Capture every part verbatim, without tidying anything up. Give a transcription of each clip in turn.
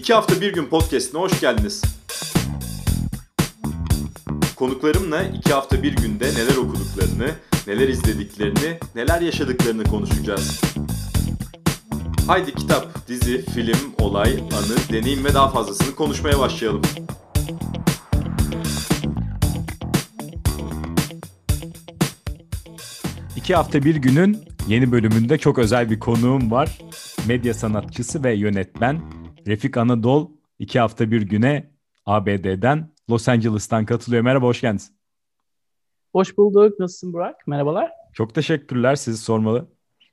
İki Hafta Bir Gün Podcast'ine hoş geldiniz. Konuklarımla iki hafta bir günde neler okuduklarını, neler izlediklerini, neler yaşadıklarını konuşacağız. Haydi kitap, dizi, film, olay, anı, deneyim ve daha fazlasını konuşmaya başlayalım. İki Hafta Bir Gün'ün yeni bölümünde çok özel bir konuğum var. Medya sanatçısı ve yönetmen Refik Anadol iki Hafta Bir Gün'e A B D'den, Los Angeles'tan katılıyor. Merhaba, hoş geldiniz. Hoş bulduk. Nasılsın Burak? Merhabalar. Çok teşekkürler, sizi sormalı.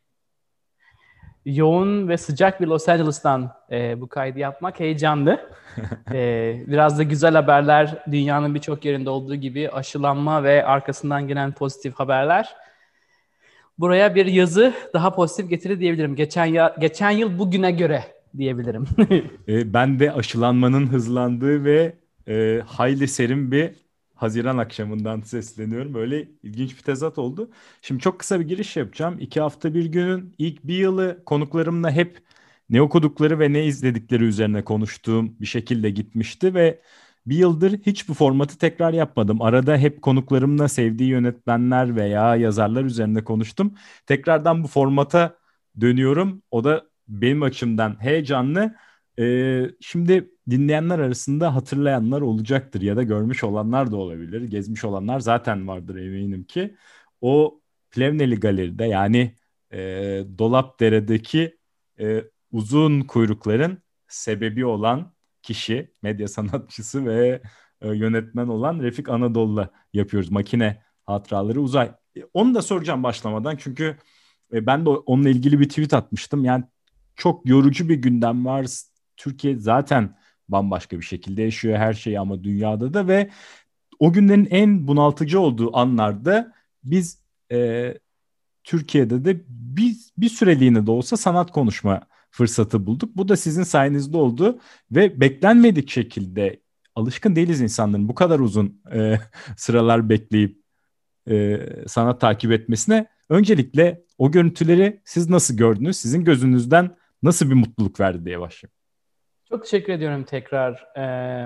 Yoğun ve sıcak bir Los Angeles'tan e, bu kaydı yapmak heyecanlı. e, biraz da güzel haberler, dünyanın birçok yerinde olduğu gibi aşılanma ve arkasından gelen pozitif haberler. Buraya bir yazı daha pozitif getirir diyebilirim. Geçen, ya, geçen yıl bugüne göre diyebilirim. e, ben de aşılanmanın hızlandığı ve e, hayli serin bir Haziran akşamından sesleniyorum. Böyle ilginç bir tezat oldu. Şimdi çok kısa bir giriş yapacağım. İki Hafta Bir Günün ilk bir yılı konuklarımla hep ne okudukları ve ne izledikleri üzerine konuştuğum bir şekilde gitmişti ve bir yıldır hiç bu formatı tekrar yapmadım. Arada hep konuklarımla sevdiği yönetmenler veya yazarlar üzerine konuştum. Tekrardan bu formata dönüyorum. O da benim açımdan heyecanlı. Ee, şimdi dinleyenler arasında hatırlayanlar olacaktır ya da görmüş olanlar da olabilir. Gezmiş olanlar zaten vardır eminim ki. O Plevneli Galeri'de, yani e, Dolapdere'deki e, uzun kuyrukların sebebi olan kişi, medya sanatçısı ve e, yönetmen olan Refik Anadol'la yapıyoruz. Makine Hatıraları Uzay. E, onu da soracağım başlamadan, çünkü e, ben de onunla ilgili bir tweet atmıştım. Yani çok yorucu bir gündem var. Türkiye zaten bambaşka bir şekilde yaşıyor her şeyi, ama dünyada da, ve o günlerin en bunaltıcı olduğu anlarda biz e, Türkiye'de de biz bir süreliğine de olsa sanat konuşma fırsatı bulduk. Bu da sizin sayenizde oldu ve beklenmedik şekilde, alışkın değiliz insanların bu kadar uzun e, sıralar bekleyip e, sanat takip etmesine. Öncelikle o görüntüleri siz nasıl gördünüz? Sizin gözünüzden nasıl bir mutluluk verdi diye başlayayım. Çok teşekkür ediyorum tekrar e,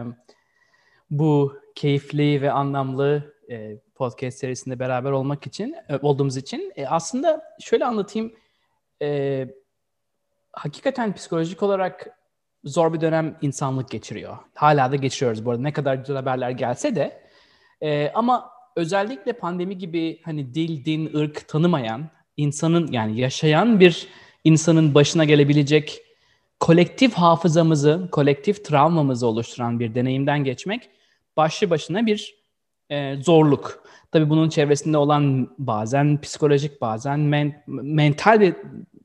bu keyifli ve anlamlı e, podcast serisinde beraber olmak için, e, olduğumuz için. E, aslında şöyle anlatayım, e, hakikaten psikolojik olarak zor bir dönem insanlık geçiriyor. Hala da geçiriyoruz bu arada, ne kadar güzel haberler gelse de. E, ama özellikle pandemi gibi hani dil, din, ırk tanımayan insanın, yani yaşayan bir insanın başına gelebilecek kolektif hafızamızı, kolektif travmamızı oluşturan bir deneyimden geçmek başlı başına bir e, zorluk. Tabii bunun çevresinde olan bazen psikolojik, bazen men- mental bir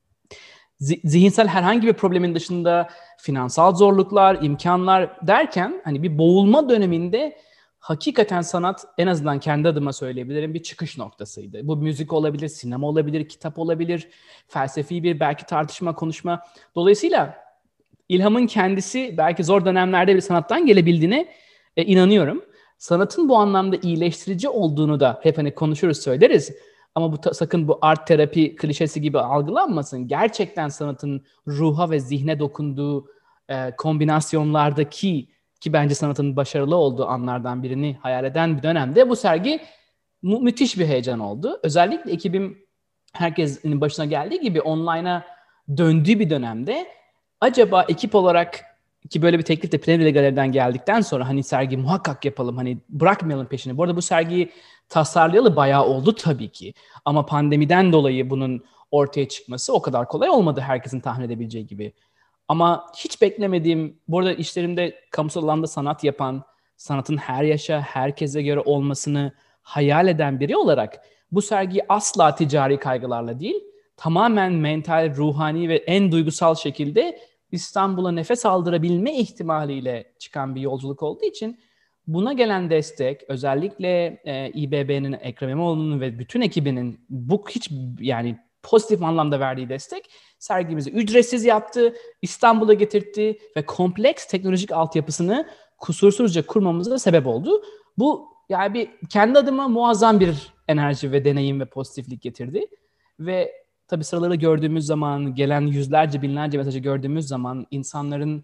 zihinsel herhangi bir problemin dışında finansal zorluklar, imkanlar derken hani bir boğulma döneminde hakikaten sanat, en azından kendi adıma söyleyebilirim, bir çıkış noktasıydı. Bu müzik olabilir, sinema olabilir, kitap olabilir, felsefi bir belki tartışma, konuşma. Dolayısıyla İlhamın kendisi belki zor dönemlerde bir sanattan gelebildiğine e, inanıyorum. Sanatın bu anlamda iyileştirici olduğunu da hep hani konuşuruz, söyleriz. Ama bu ta- sakın bu art terapi klişesi gibi algılanmasın. Gerçekten sanatın ruha ve zihne dokunduğu e, kombinasyonlardaki, ki bence sanatın başarılı olduğu anlardan birini hayal eden bir dönemde bu sergi mu- müthiş bir heyecan oldu. Özellikle ekibim herkesin başına geldiği gibi online'a döndüğü bir dönemde acaba ekip olarak, ki böyle bir teklif de Plevneli Galeri'den geldikten sonra hani sergi muhakkak yapalım, hani bırakmayalım peşini. Bu arada bu sergiyi tasarlayalı bayağı oldu tabii ki. Ama pandemiden dolayı bunun ortaya çıkması o kadar kolay olmadı herkesin tahmin edebileceği gibi. Ama hiç beklemediğim, bu arada işlerimde kamusal alanda sanat yapan, sanatın her yaşa, herkese göre olmasını hayal eden biri olarak bu sergiyi asla ticari kaygılarla değil, tamamen mental, ruhani ve en duygusal şekilde İstanbul'a nefes aldırabilme ihtimaliyle çıkan bir yolculuk olduğu için buna gelen destek, özellikle e, İBB'nin, Ekrem İmamoğlu'nun ve bütün ekibinin bu hiç yani pozitif anlamda verdiği destek sergimizi ücretsiz yaptı, İstanbul'a getirtti ve kompleks teknolojik altyapısını kusursuzca kurmamıza da sebep oldu. Bu yani bir kendi adıma muazzam bir enerji ve deneyim ve pozitiflik getirdi ve tabii sıraları gördüğümüz zaman, gelen yüzlerce, binlerce mesajı gördüğümüz zaman insanların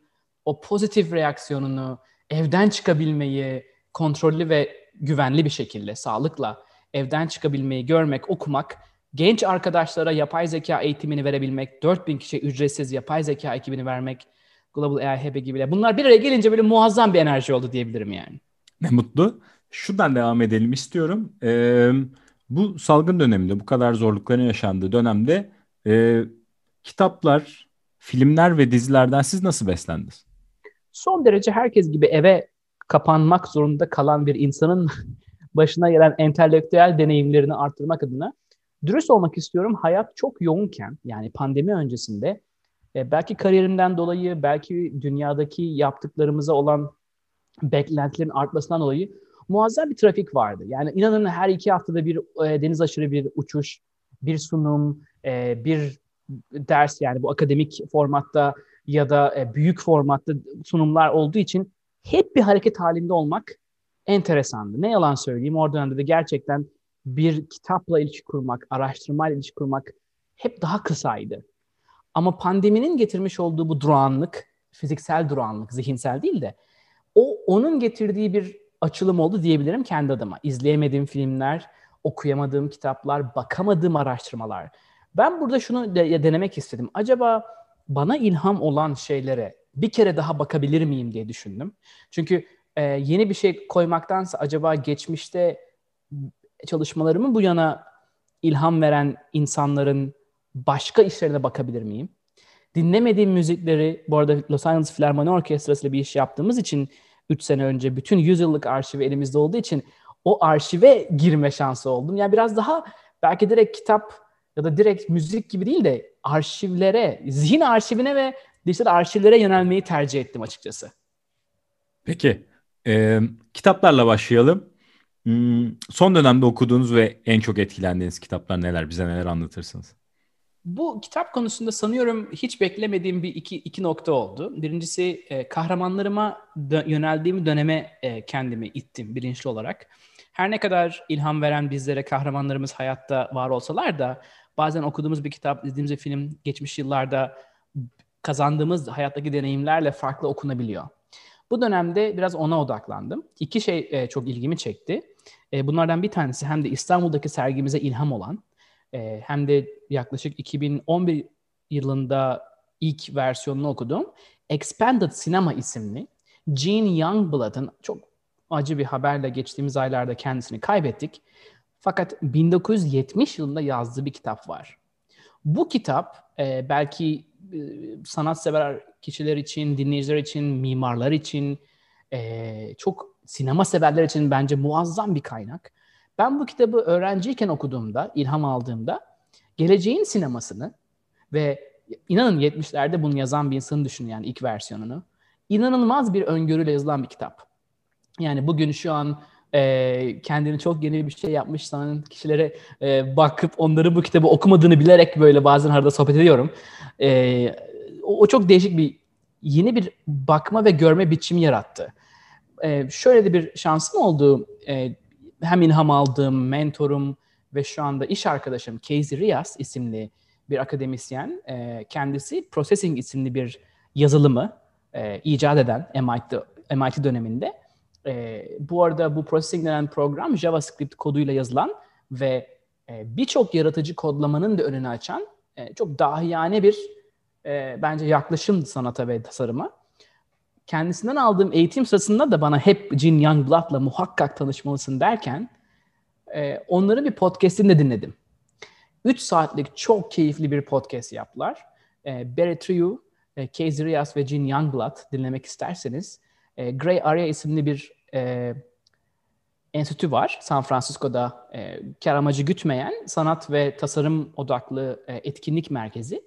o pozitif reaksiyonunu, evden çıkabilmeyi, kontrollü ve güvenli bir şekilde, sağlıkla evden çıkabilmeyi görmek, okumak, genç arkadaşlara yapay zeka eğitimini verebilmek, dört bin kişiye ücretsiz yapay zeka ekibini vermek, Global A I Hub gibi. Bunlar bir araya gelince böyle muazzam bir enerji oldu diyebilirim yani. Ne mutlu. Şuradan devam edelim istiyorum. Ee, bu salgın döneminde, bu kadar zorlukların yaşandığı dönemde e, kitaplar, filmler ve dizilerden siz nasıl beslendiniz? Son derece herkes gibi eve kapanmak zorunda kalan bir insanın başına gelen entelektüel deneyimlerini arttırmak adına dürüst olmak istiyorum. Hayat çok yoğunken, yani pandemi öncesinde e, belki kariyerimden dolayı, belki dünyadaki yaptıklarımıza olan beklentilerin artmasından dolayı muazzam bir trafik vardı. Yani inanın her iki haftada bir e, deniz aşırı bir uçuş, bir sunum, e, bir ders, yani bu akademik formatta ya da e, büyük formatta sunumlar olduğu için hep bir hareket halinde olmak enteresandı. Ne yalan söyleyeyim, o dönemde de gerçekten bir kitapla ilişki kurmak, araştırmayla ilişki kurmak hep daha kısaydı. Ama pandeminin getirmiş olduğu bu durağanlık, fiziksel durağanlık, zihinsel değil de o onun getirdiği bir açılım oldu diyebilirim kendi adıma. İzleyemediğim filmler, okuyamadığım kitaplar, bakamadığım araştırmalar. Ben burada şunu de, denemek istedim. Acaba bana ilham olan şeylere bir kere daha bakabilir miyim diye düşündüm. Çünkü e, yeni bir şey koymaktansa acaba geçmişte çalışmalarımın bu yana ilham veren insanların başka işlerine bakabilir miyim? Dinlemediğim müzikleri, bu arada Los Angeles Filarmoni Orkestrası ile bir iş yaptığımız için üç sene önce bütün yüz yıllık arşivi elimizde olduğu için o arşive girme şansı oldum. Yani biraz daha belki direkt kitap ya da direkt müzik gibi değil de arşivlere, zihin arşivine ve dijital arşivlere yönelmeyi tercih ettim açıkçası. Peki, e, kitaplarla başlayalım. Hmm, son dönemde okuduğunuz ve en çok etkilendiğiniz kitaplar neler? Bize neler anlatırsınız? Bu kitap konusunda sanıyorum hiç beklemediğim bir iki, iki nokta oldu. Birincisi e, kahramanlarıma dö- yöneldiğim döneme e, kendimi ittim bilinçli olarak. Her ne kadar ilham veren bizlere kahramanlarımız hayatta var olsalar da bazen okuduğumuz bir kitap, izlediğimiz bir film geçmiş yıllarda kazandığımız hayattaki deneyimlerle farklı okunabiliyor. Bu dönemde biraz ona odaklandım. İki şey e, çok ilgimi çekti. E, bunlardan bir tanesi hem de İstanbul'daki sergimize ilham olan, e, hem de yaklaşık iki bin on bir yılında ilk versiyonunu okudum. Expanded Cinema isimli Gene Youngblood'ın, çok acı bir haberle geçtiğimiz aylarda kendisini kaybettik. Fakat bin dokuz yüz yetmiş yılında yazdığı bir kitap var. Bu kitap e, belki e, sanatsever kişiler için, dinleyiciler için, mimarlar için, e, çok sinema severler için bence muazzam bir kaynak. Ben bu kitabı öğrenciyken okuduğumda, ilham aldığımda geleceğin sinemasını ve inanın yetmişlerde bunu yazan bir insanı düşünün, yani ilk versiyonunu. İnanılmaz bir öngörüyle yazılan bir kitap. Yani bugün şu an e, kendini çok yeni bir şey yapmış sanan kişilere e, bakıp onların bu kitabı okumadığını bilerek böyle bazen arada sohbet ediyorum. E, o, o çok değişik bir, yeni bir bakma ve görme biçimi yarattı. E, şöyle de bir şansım oldu. E, hem ilham aldığım mentorum ve şu anda iş arkadaşım Casey Rias isimli bir akademisyen. E, kendisi Processing isimli bir yazılımı e, icat eden M I T, M I T döneminde. E, bu arada bu Processing denen program JavaScript koduyla yazılan ve e, birçok yaratıcı kodlamanın da önünü açan e, çok dahiyane bir e, bence yaklaşım sanata ve tasarıma. Kendisinden aldığım eğitim sırasında da bana hep Gene Youngblood'la muhakkak tanışmalısın derken e, onların bir podcast'ini de dinledim. üç saatlik çok keyifli bir podcast yaptılar. E, Barry Trew, e, Casey Rias ve Gene Youngblood dinlemek isterseniz e, Gray Area isimli bir e, enstitü var San Francisco'da, e, kar amacı gütmeyen sanat ve tasarım odaklı e, etkinlik merkezi.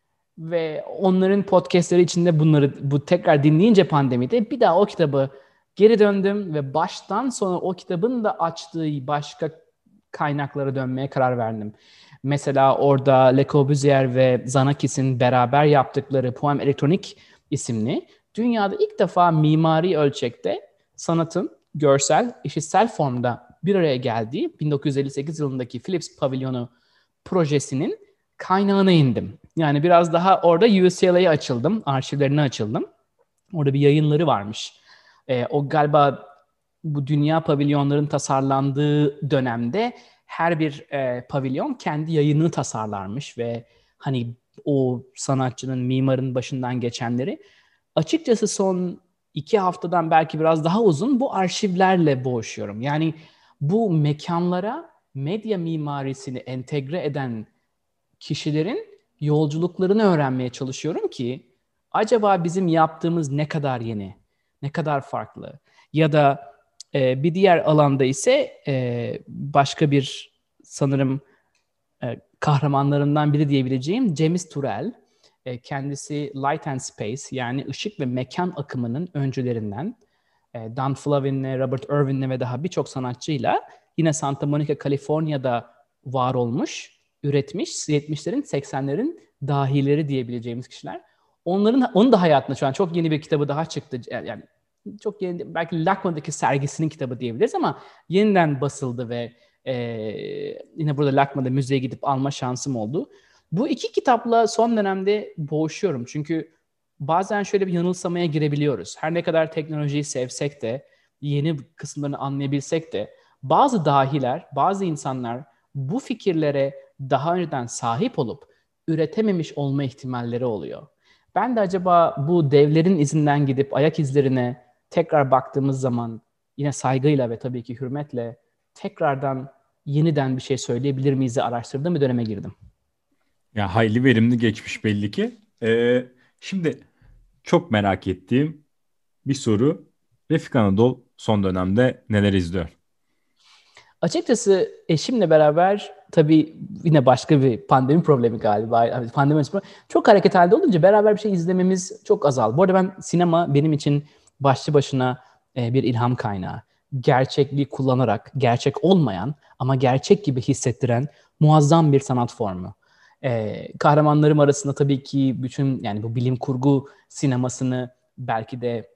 Ve onların podcastleri içinde bunları bu tekrar dinleyince pandemide bir daha o kitabı geri döndüm ve baştan sona o kitabın da açtığı başka kaynaklara dönmeye karar verdim. Mesela orada Le Corbusier ve Xanakis'in beraber yaptıkları Poem Elektronik isimli, dünyada ilk defa mimari ölçekte sanatın görsel, işitsel formda bir araya geldiği bin dokuz yüz elli sekiz yılındaki Philips Pavilyonu projesinin kaynağına indim. Yani biraz daha orada U C L A'ya açıldım, arşivlerine açıldım. Orada bir yayınları varmış. E, o galiba bu dünya pavilyonların tasarlandığı dönemde her bir e, pavilyon kendi yayınını tasarlarmış ve hani o sanatçının, mimarın başından geçenleri. Açıkçası son iki haftadan belki biraz daha uzun bu arşivlerle boğuşuyorum. Yani bu mekanlara medya mimarisini entegre eden kişilerin yolculuklarını öğrenmeye çalışıyorum ki acaba bizim yaptığımız ne kadar yeni, ne kadar farklı ya da e, bir diğer alanda ise e, başka bir sanırım e, kahramanlarından biri diyebileceğim James Turrell. E, kendisi Light and Space yani ışık ve mekan akımının öncülerinden e, Dan Flavin'le, Robert Irwin'le ve daha birçok sanatçıyla yine Santa Monica, Kaliforniya'da var olmuş, üretmiş yetmişlerin, seksenlerin dahileri diyebileceğimiz kişiler. Onların onun da hayatında şu an çok yeni bir kitabı daha çıktı. Yani çok yeni, belki LACMA'daki sergisinin kitabı diyebiliriz ama yeniden basıldı ve e, yine burada LACMA'da müzeye gidip alma şansım oldu. Bu iki kitapla son dönemde boğuşuyorum. Çünkü bazen şöyle bir yanılsamaya girebiliyoruz. Her ne kadar teknolojiyi sevsek de, yeni kısımlarını anlayabilsek de bazı dahiler, bazı insanlar bu fikirlere daha önceden sahip olup üretememiş olma ihtimalleri oluyor. Ben de acaba bu devlerin izinden gidip ayak izlerine tekrar baktığımız zaman yine saygıyla ve tabii ki hürmetle tekrardan yeniden bir şey söyleyebilir miyiz araştırdığım bir döneme girdim. Ya hayli verimli geçmiş belli ki. Ee, şimdi çok merak ettiğim bir soru. Refik Anadol son dönemde neler izliyor? Açıkçası eşimle beraber tabii yine başka bir pandemi problemi galiba. Pandemi çok hareket halinde olunca beraber bir şey izlememiz çok azaldı. Bu arada ben sinema benim için başlı başına bir ilham kaynağı. Gerçekliği kullanarak gerçek olmayan ama gerçek gibi hissettiren muazzam bir sanat formu. Ee, kahramanlarım arasında tabii ki bütün yani bu bilim kurgu sinemasını belki de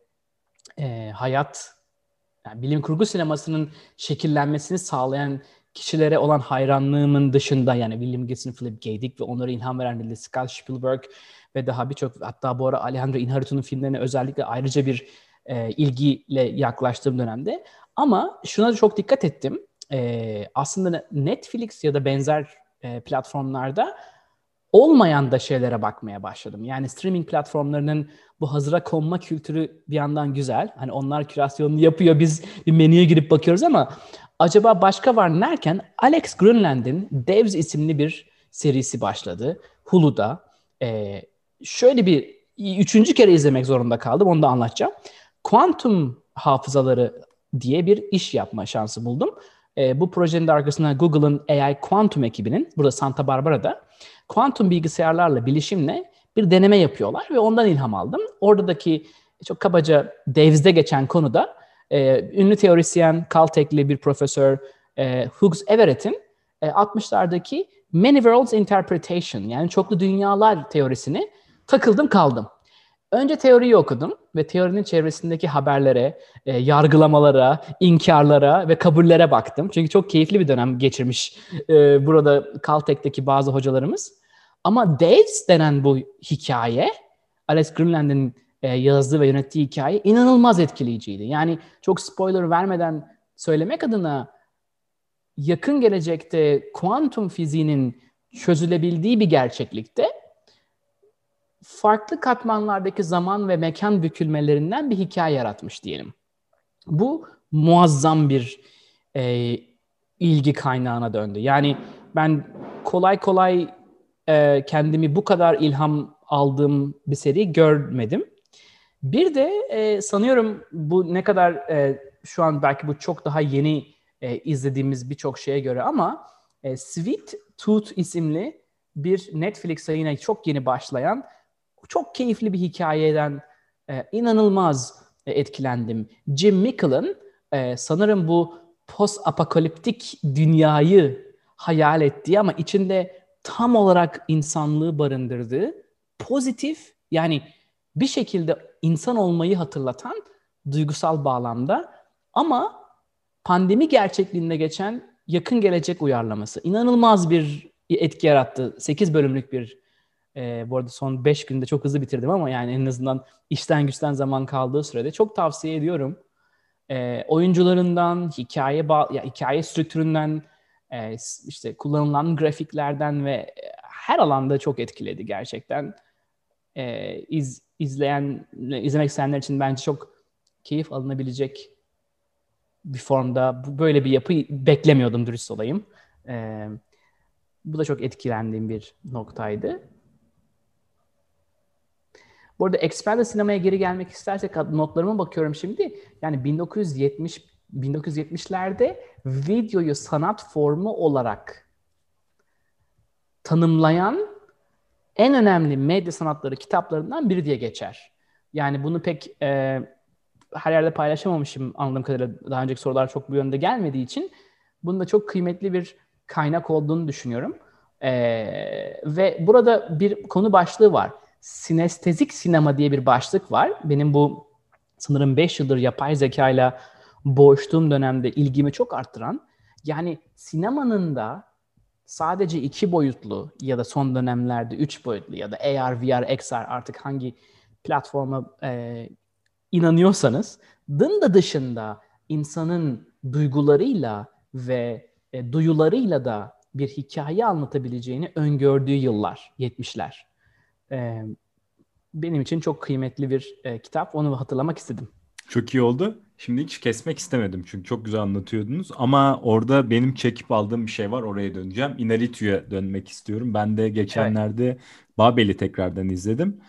e, hayat yani bilim kurgu sinemasının şekillenmesini sağlayan kişilere olan hayranlığımın dışında yani William Gibson, Philip K. Dick ve onlara ilham veren Ridley Scott, Spielberg ve daha birçok hatta bu ara Alejandro Inarritu'nun filmlerine özellikle ayrıca bir e, ilgiyle yaklaştığım dönemde. Ama şuna da çok dikkat ettim. E, aslında Netflix ya da benzer e, platformlarda olmayan da şeylere bakmaya başladım. Yani streaming platformlarının bu hazıra konma kültürü bir yandan güzel. Hani onlar kürasyonunu yapıyor, biz bir menüye girip bakıyoruz ama acaba başka var mı derken Alex Grönland'in Devs isimli bir serisi başladı. Hulu'da. Ee, şöyle bir üçüncü kere izlemek zorunda kaldım. Onu da anlatacağım. Kuantum hafızaları diye bir iş yapma şansı buldum. Ee, bu projenin de arkasında Google'ın A I Quantum ekibinin burada Santa Barbara'da kuantum bilgisayarlarla, bilişimle bir deneme yapıyorlar ve ondan ilham aldım. Oradaki çok kabaca Devs'de geçen konuda e, ünlü teorisyen Caltech'li bir profesör e, Hughes Everett'in e, altmışlardaki Many Worlds Interpretation yani çoklu dünyalar teorisini takıldım kaldım. Önce teoriyi okudum ve teorinin çevresindeki haberlere, e, yargılamalara, inkarlara ve kabullere baktım. Çünkü çok keyifli bir dönem geçirmiş e, burada Caltech'teki bazı hocalarımız. Ama Devs denen bu hikaye, Alex Grönland'in e, yazdığı ve yönettiği hikaye inanılmaz etkileyiciydi. Yani çok spoiler vermeden söylemek adına yakın gelecekte kuantum fiziğinin çözülebildiği bir gerçeklikte farklı katmanlardaki zaman ve mekan bükülmelerinden bir hikaye yaratmış diyelim. Bu muazzam bir e, ilgi kaynağına döndü. Yani ben kolay kolay e, kendimi bu kadar ilham aldığım bir seri görmedim. Bir de e, sanıyorum bu ne kadar e, şu an belki bu çok daha yeni e, izlediğimiz birçok şeye göre ama e, Sweet Tooth isimli bir Netflix'e yine çok yeni başlayan çok keyifli bir hikayeden e, inanılmaz e, etkilendim. Jim Mickel'ın e, sanırım bu post-apokaliptik dünyayı hayal ettiği ama içinde tam olarak insanlığı barındırdığı pozitif yani bir şekilde insan olmayı hatırlatan duygusal bağlamda ama pandemi gerçekliğinde geçen yakın gelecek uyarlaması. İnanılmaz bir etki yarattı. sekiz bölümlük bir E, bu arada son beş günde çok hızlı bitirdim ama yani en azından işten güçten zaman kaldığı sürede çok tavsiye ediyorum. E, oyuncularından, hikaye ba- ya hikaye strüktüründen, e, işte kullanılan grafiklerden ve e, her alanda çok etkiledi gerçekten. E, iz, izleyen, izlemek isteyenler için bence çok keyif alınabilecek bir formda bu- böyle bir yapı beklemiyordum dürüst olayım. E, bu da çok etkilendiğim bir noktaydı. Bu arada Expanded sinemaya geri gelmek istersek notlarıma bakıyorum şimdi. Yani bin dokuz yüz yetmiş bin dokuz yüz yetmişlerde videoyu sanat formu olarak tanımlayan en önemli medya sanatları kitaplarından biri diye geçer. Yani bunu pek e, her yerde paylaşamamışım anladığım kadarıyla. Daha önceki sorular çok bu yönde gelmediği için bunun da çok kıymetli bir kaynak olduğunu düşünüyorum. E, ve burada bir konu başlığı var. Sinestezik sinema diye bir başlık var. Benim bu sanırım beş yıldır yapay zekayla boğuştuğum dönemde ilgimi çok arttıran. Yani sinemanın da sadece iki boyutlu ya da son dönemlerde üç boyutlu ya da A R, V R, X R artık hangi platforma e, inanıyorsanız dın da dışında insanın duygularıyla ve e, duyularıyla da bir hikaye anlatabileceğini öngördüğü yıllar, yetmişler. E, benim için çok kıymetli bir e, kitap. Onu hatırlamak istedim. Çok iyi oldu. Şimdi hiç kesmek istemedim çünkü çok güzel anlatıyordunuz. Ama orada benim çekip aldığım bir şey var. Oraya döneceğim. Inarritu'ya dönmek istiyorum. Ben de Evet. geçenlerde Babel'i tekrardan izledim.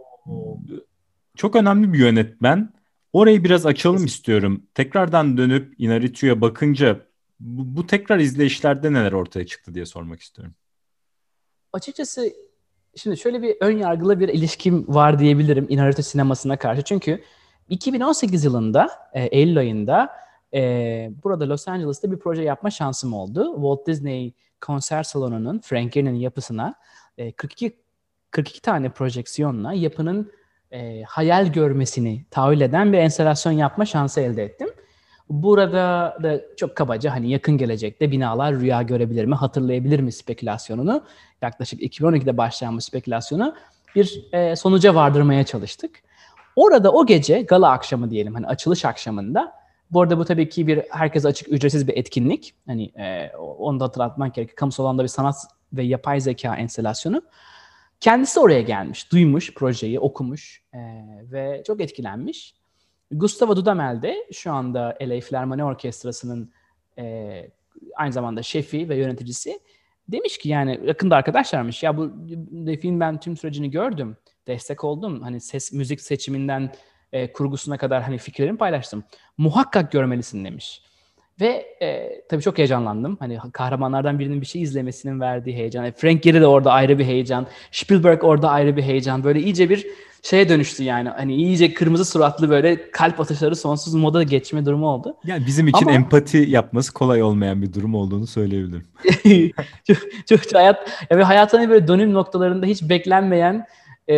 Çok önemli bir yönetmen. Orayı biraz açalım Kesin. istiyorum. Tekrardan dönüp Inarritu'ya bakınca bu, bu tekrar izleyişlerde neler ortaya çıktı diye sormak istiyorum. Açıkçası şimdi şöyle bir ön yargılı bir ilişkim var diyebilirim Inarritu sinemasına karşı. Çünkü iki bin on sekiz yılında e, Eylül ayında e, burada Los Angeles'ta bir proje yapma şansım oldu. Walt Disney Konser Salonu'nun Frank Gehry'nin yapısına e, kırk iki kırk iki tane projeksiyonla yapının e, hayal görmesini tahayyül eden bir enstalasyon yapma şansı elde ettim. Burada da çok kabaca hani yakın gelecekte binalar rüya görebilir mi, hatırlayabilir mi spekülasyonunu, yaklaşık iki bin on ikide başlayan bu spekülasyonu bir e, sonuca vardırmaya çalıştık. Orada o gece gala akşamı diyelim hani açılış akşamında, bu arada bu tabii ki bir herkese açık ücretsiz bir etkinlik. Hani e, onu da hatırlatmak gerekir. Kamusal alanda bir sanat ve yapay zeka enstalasyonu. Kendisi oraya gelmiş, duymuş projeyi, okumuş e, ve çok etkilenmiş. Gustavo Dudamel de şu anda L A Filarmoni Orkestrası'nın e, aynı zamanda şefi ve yöneticisi. Demiş ki yani yakında arkadaşlarmış ya bu defin ben tüm sürecini gördüm, destek oldum. Hani ses, müzik seçiminden e, kurgusuna kadar hani fikirlerimi paylaştım. Muhakkak görmelisin demiş. Ve e, tabii çok heyecanlandım. Hani kahramanlardan birinin bir şey izlemesinin verdiği heyecan. E, Frank Gehry de orada ayrı bir heyecan. Spielberg orada ayrı bir heyecan. Böyle iyice bir şeye dönüştü yani. Hani iyice kırmızı suratlı böyle kalp atışları sonsuz moda geçme durumu oldu. Yani bizim için Ama empati yapması kolay olmayan bir durum olduğunu söyleyebilirim. çok, çok, çok hayat ya ve hayatın hani böyle dönüm noktalarında hiç beklenmeyen e,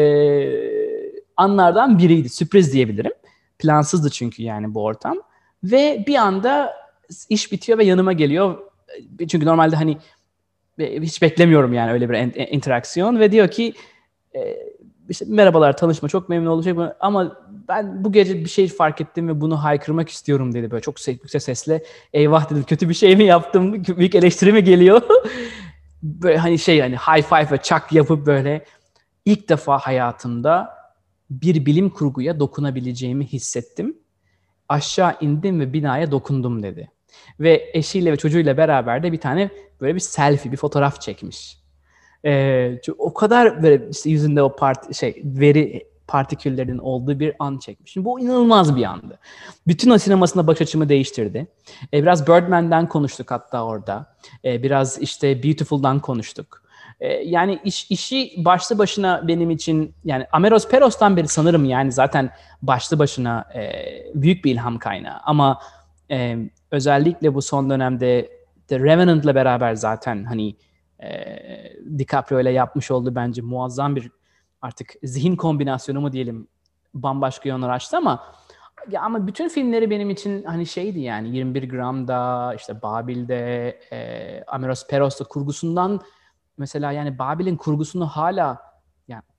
anlardan biriydi. Sürpriz diyebilirim. Plansızdı çünkü yani bu ortam. Ve bir anda iş bitiyor ve yanıma geliyor. Çünkü normalde hani hiç beklemiyorum yani öyle bir interaksiyon ve diyor ki e, işte merhabalar, tanışma çok memnun olacak ama ben bu gece bir şey fark ettim ve bunu haykırmak istiyorum dedi böyle çok yüksek sesle. Eyvah dedim, kötü bir şey mi yaptım? Büyük eleştiri mi geliyor? Böyle hani şey hani high five ve çak yapıp böyle ilk defa hayatımda bir bilim kurguya dokunabileceğimi hissettim. Aşağı indim ve binaya dokundum dedi. Ve eşiyle ve çocuğuyla beraber de bir tane böyle bir selfie, bir fotoğraf çekmiş. Ee, o kadar böyle işte yüzünde o part şey veri partiküllerinin olduğu bir an çekmiş. Şimdi bu inanılmaz bir andı. Bütün o sinemasında bakış açımı değiştirdi. Ee, biraz Birdman'den konuştuk hatta orada. Ee, biraz işte Beautiful'dan konuştuk. Ee, yani iş, işi başlı başına benim için yani Ameros Peros'tan beri sanırım yani zaten başlı başına e, büyük bir ilham kaynağı. Ama e, özellikle bu son dönemde The Revenant'la beraber zaten hani e, DiCaprio ile yapmış olduğu bence muazzam bir artık zihin kombinasyonu mu diyelim, bambaşka yönler açtı ama ya ama bütün filmleri benim için hani şeydi yani yirmi bir Gram'da işte Babil'de e, Ameros Peros'ta kurgusundan mesela yani Babil'in kurgusunu hala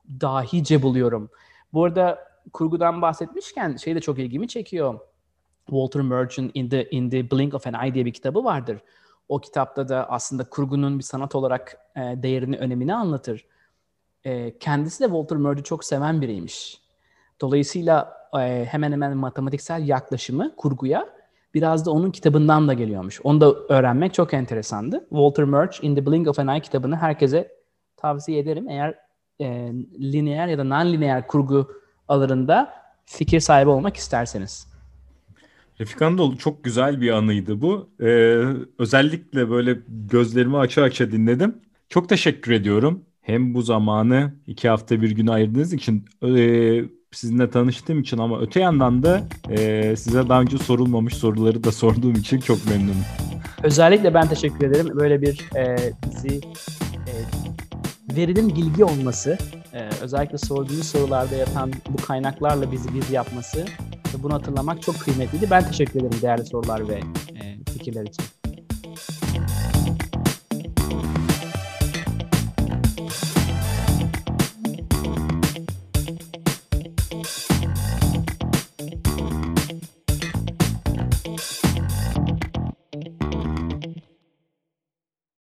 dahice buluyorum. Bu arada kurgudan bahsetmişken şey de çok ilgimi çekiyor. Walter Murch'un In the, In the Blink of an Eye diye bir kitabı vardır. O kitapta da aslında kurgunun bir sanat olarak e, değerini, önemini anlatır. E, kendisi de Walter Murch'u çok seven biriymiş. Dolayısıyla e, hemen hemen matematiksel yaklaşımı kurguya biraz da onun kitabından da geliyormuş. Onu da öğrenmek çok enteresandı. Walter Murch In the Blink of an Eye kitabını herkese tavsiye ederim. Eğer e, lineer ya da non-lineer kurgu alanında fikir sahibi olmak isterseniz. Refik Anadolu, çok güzel bir anıydı bu. Ee, özellikle böyle gözlerimi aça aça dinledim. Çok teşekkür ediyorum. Hem bu zamanı iki hafta bir günü ayırdığınız için, e, sizinle tanıştığım için, ama öte yandan da e, size daha önce sorulmamış soruları da sorduğum için çok memnunum. Özellikle ben teşekkür ederim. Böyle bir e, bizi e, verilen bilgi olması, e, özellikle sorduğunuz sorularda yatan bu kaynaklarla bizi biz yapması ve bunu hatırlamak çok kıymetliydi. Ben teşekkür ederim değerli sorular ve e, fikirler için.